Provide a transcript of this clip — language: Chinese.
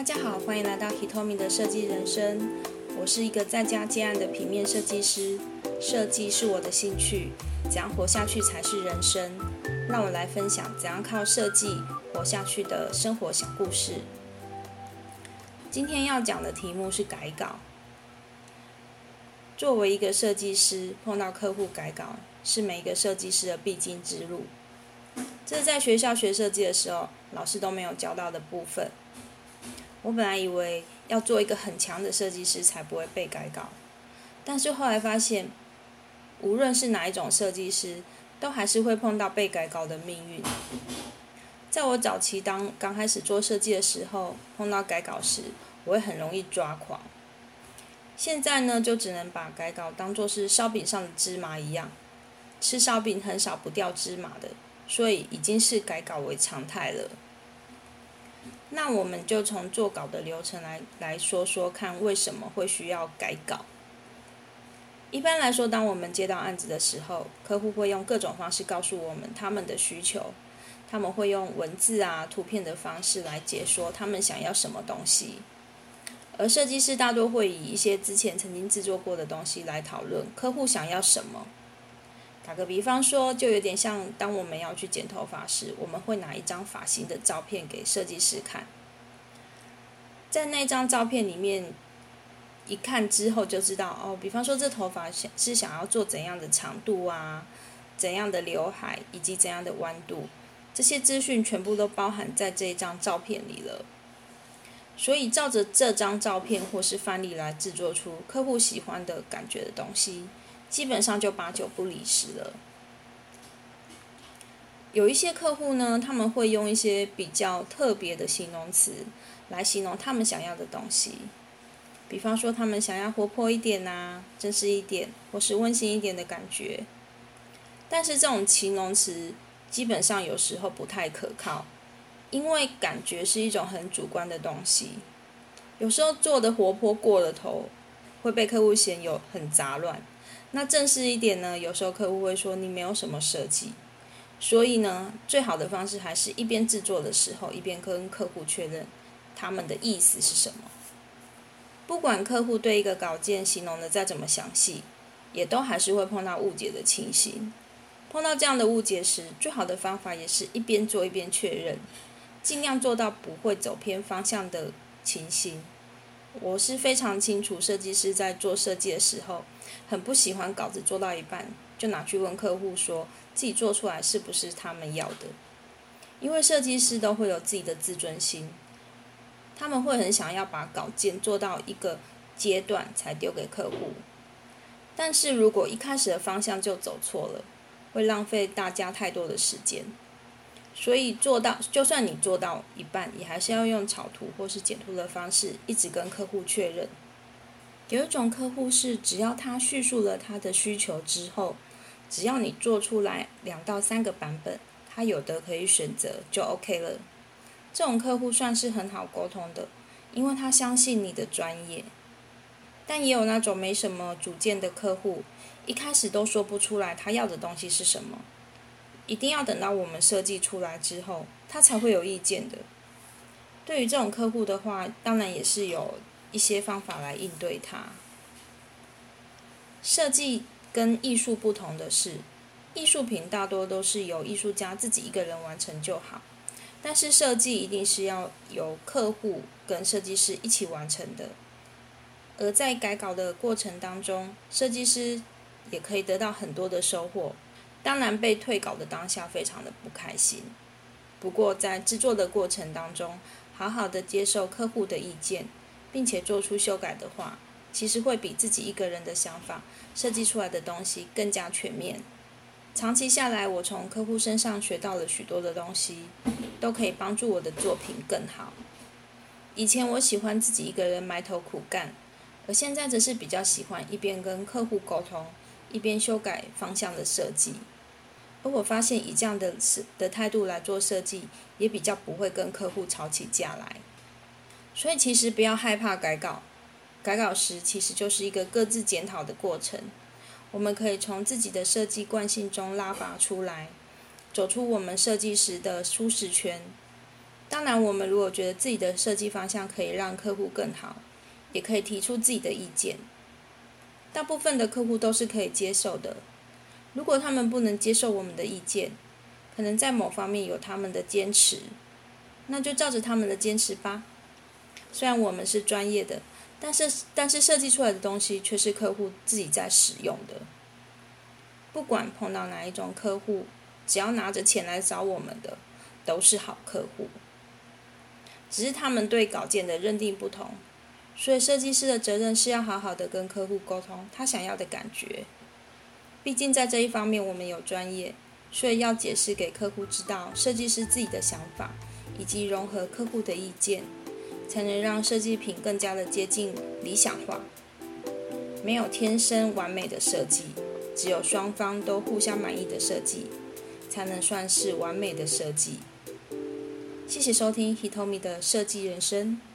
大家好，欢迎来到 Hitomi 的设计人生。我是一个在家接案的平面设计师，设计是我的兴趣，怎样活下去才是人生。让我来分享怎样靠设计活下去的生活小故事。今天要讲的题目是改稿。作为一个设计师，碰到客户改稿是每一个设计师的必经之路。这是在学校学设计的时候，老师都没有教到的部分。我本来以为要做一个很强的设计师才不会被改稿，但是后来发现，无论是哪一种设计师，都还是会碰到被改稿的命运。在我早期刚开始做设计的时候，碰到改稿时，我会很容易抓狂。现在呢，就只能把改稿当作是烧饼上的芝麻一样，吃烧饼很少不掉芝麻的，所以已经是改稿为常态了。那我们就从做稿的流程来说说看，为什么会需要改稿。一般来说，当我们接到案子的时候，客户会用各种方式告诉我们他们的需求，他们会用文字图片的方式来解说他们想要什么东西，而设计师大多会以一些之前曾经制作过的东西来讨论客户想要什么。打个比方说，就有点像当我们要去剪头发时，我们会拿一张发型的照片给设计师看，在那张照片里面一看之后就知道比方说这头发是想要做怎样的长度怎样的刘海以及怎样的弯度，这些资讯全部都包含在这一张照片里了。所以照着这张照片或是范例来制作出客户喜欢的感觉的东西，基本上就8、9不离10了。有一些客户呢，他们会用一些比较特别的形容词来形容他们想要的东西，比方说他们想要活泼一点真实一点，或是温馨一点的感觉。但是这种形容词基本上有时候不太可靠，因为感觉是一种很主观的东西，有时候做的活泼过了头，会被客户嫌有很杂乱。那正式一点呢，有时候客户会说你没有什么设计。所以呢，最好的方式还是一边制作的时候，一边跟客户确认他们的意思是什么。不管客户对一个稿件形容的再怎么详细，也都还是会碰到误解的情形。碰到这样的误解时，最好的方法也是一边做一边确认，尽量做到不会走偏方向的情形。我是非常清楚设计师在做设计的时候，很不喜欢稿子做到一半就拿去问客户说自己做出来是不是他们要的。因为设计师都会有自己的自尊心，他们会很想要把稿件做到一个阶段才丢给客户。但是如果一开始的方向就走错了，会浪费大家太多的时间。所以就算你做到一半，也还是要用草图或是简图的方式一直跟客户确认。有一种客户是只要他叙述了他的需求之后，只要你做出来2到3个版本，他有的可以选择就 OK 了。这种客户算是很好沟通的，因为他相信你的专业。但也有那种没什么主见的客户，一开始都说不出来他要的东西是什么，一定要等到我们设计出来之后，他才会有意见的。对于这种客户的话，当然也是有一些方法来应对他。设计跟艺术不同的是，艺术品大多都是由艺术家自己一个人完成就好，但是设计一定是要由客户跟设计师一起完成的。而在改稿的过程当中，设计师也可以得到很多的收获，当然被退稿的当下非常的不开心。不过在制作的过程当中，好好的接受客户的意见，并且做出修改的话，其实会比自己一个人的想法设计出来的东西更加全面。长期下来，我从客户身上学到了许多的东西，都可以帮助我的作品更好。以前我喜欢自己一个人埋头苦干，而现在则是比较喜欢一边跟客户沟通，一边修改方向的设计。而我发现以这样的态度来做设计，也比较不会跟客户吵起架来。所以其实不要害怕改稿，改稿时其实就是一个各自检讨的过程。我们可以从自己的设计惯性中拉拔出来，走出我们设计时的舒适圈。 当然，我们如果觉得自己的设计方向可以让客户更好，也可以提出自己的意见。大部分的客户都是可以接受的。如果他们不能接受我们的意见，可能在某方面有他们的坚持，那就照着他们的坚持吧。虽然我们是专业的，但是设计出来的东西却是客户自己在使用的。不管碰到哪一种客户，只要拿着钱来找我们的，都是好客户。只是他们对稿件的认定不同，所以设计师的责任是要好好的跟客户沟通他想要的感觉。毕竟在这一方面我们有专业，所以要解释给客户知道设计师自己的想法，以及融合客户的意见，才能让设计品更加的接近理想化。没有天生完美的设计，只有双方都互相满意的设计，才能算是完美的设计。谢谢收听 Hitomi 的设计人生。